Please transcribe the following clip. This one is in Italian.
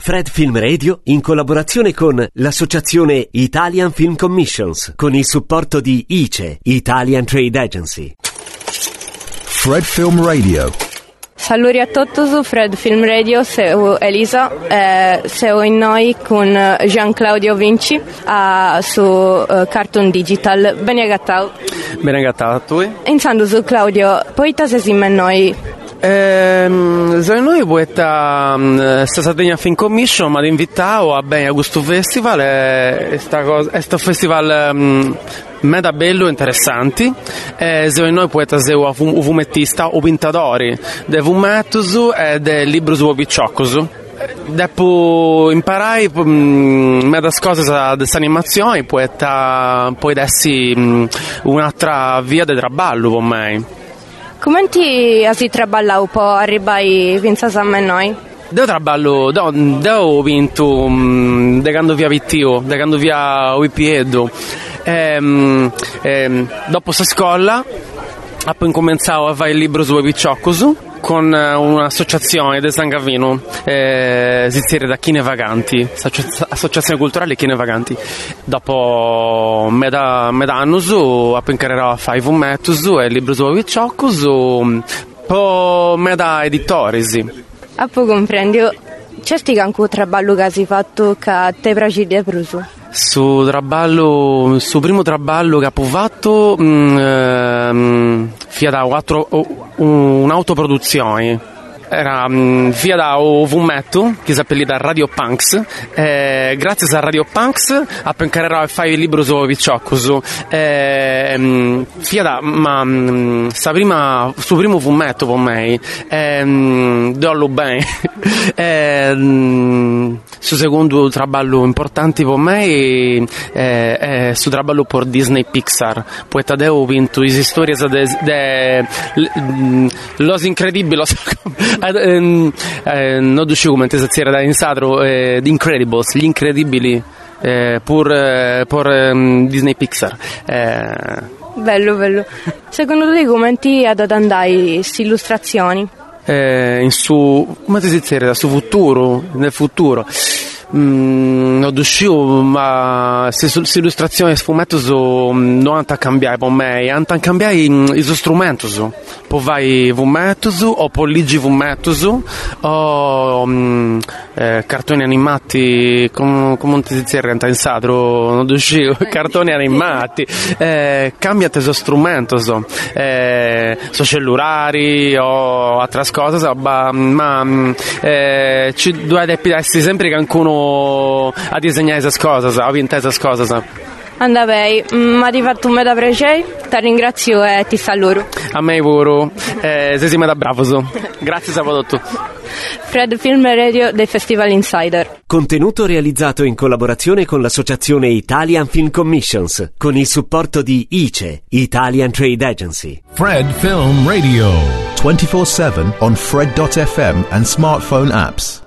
Fred Film Radio, in collaborazione con l'Associazione Italian Film Commissions, con il supporto di ICE, Italian Trade Agency. Fred Film Radio. Saluti a tutti su Fred Film Radio, sono Elisa, sono in noi con Gian Claudio Vinci su Cartoon Digital. Bene agattau. Bene agattau a tu. Insando su Claudio, poi ta sei in noi? Noi poeta Sardegna Film Commission ma invitato a bene a questo festival è sto festival meda bello interessanti noi poeta seu un fumettista o pintadori de fumettos e de libros o picciocos. Dopo imparai meda cose da questa animazione poeta poi dessi un'altra via di traballo con me. Come ti hai traballato un po' arrivai pensa a me noi? Devo traballo, devo vinto da quando via Vittio, da quando via Wipiedo. Dopo la scuola ho incominciato a fare il libro su Piccioccosu con un'associazione di San Gavino, Ziziere da Chine Vaganti, associazione culturale Chine Vaganti. Dopo metà anno ho imparato a fare i fumetti e il libro su Piccioccosu, poi metà editori. A poi comprendo, c'è anche un traballo che hai fatto che ti piace di più? Su primo traballo che ho fatto fia da un'autoproduzione. Era via da un fumetto che si appellita Radio Punks. Grazie a Radio Punks ho imparato a fare il libro su Piccioccosu. Via da sta prima su primo fumetto per me dollo bene. Su secondo traballo importante per me è su traballo per Disney Pixar. Poeta devo vinto le storie de Los Incredibles. Non riuscivo come te saziere da insatro The Incredibles, gli incredibili per Disney Pixar. Bello. Secondo te come ti ad andare queste illustrazioni? Come ti saziere da su futuro, nel futuro. Non riuscivo, ma se illustrazioni sfumetto non hanno cambiare per me, hanno cambiare i strumenti. Poi vai fumetto o polligi fumetto o cartoni animati, come ti si renta in sadro, non riuscivo, cartoni animati, cambia teso strumento, so cellulari o altre cose, ma ci dovete essere sempre che qualcuno a disegnare queste cose, a pintare queste cose. Andavei, ma ti fatto un meta piacere, ti ringrazio e ti saluto. A me pure, sei meta bravo, grazie soprattutto. Fred Film Radio del Festival Insider. Contenuto realizzato in collaborazione con l'Associazione Italian Film Commissions, con il supporto di ICE, Italian Trade Agency. Fred Film Radio, 24/7 on Fred.fm and smartphone apps.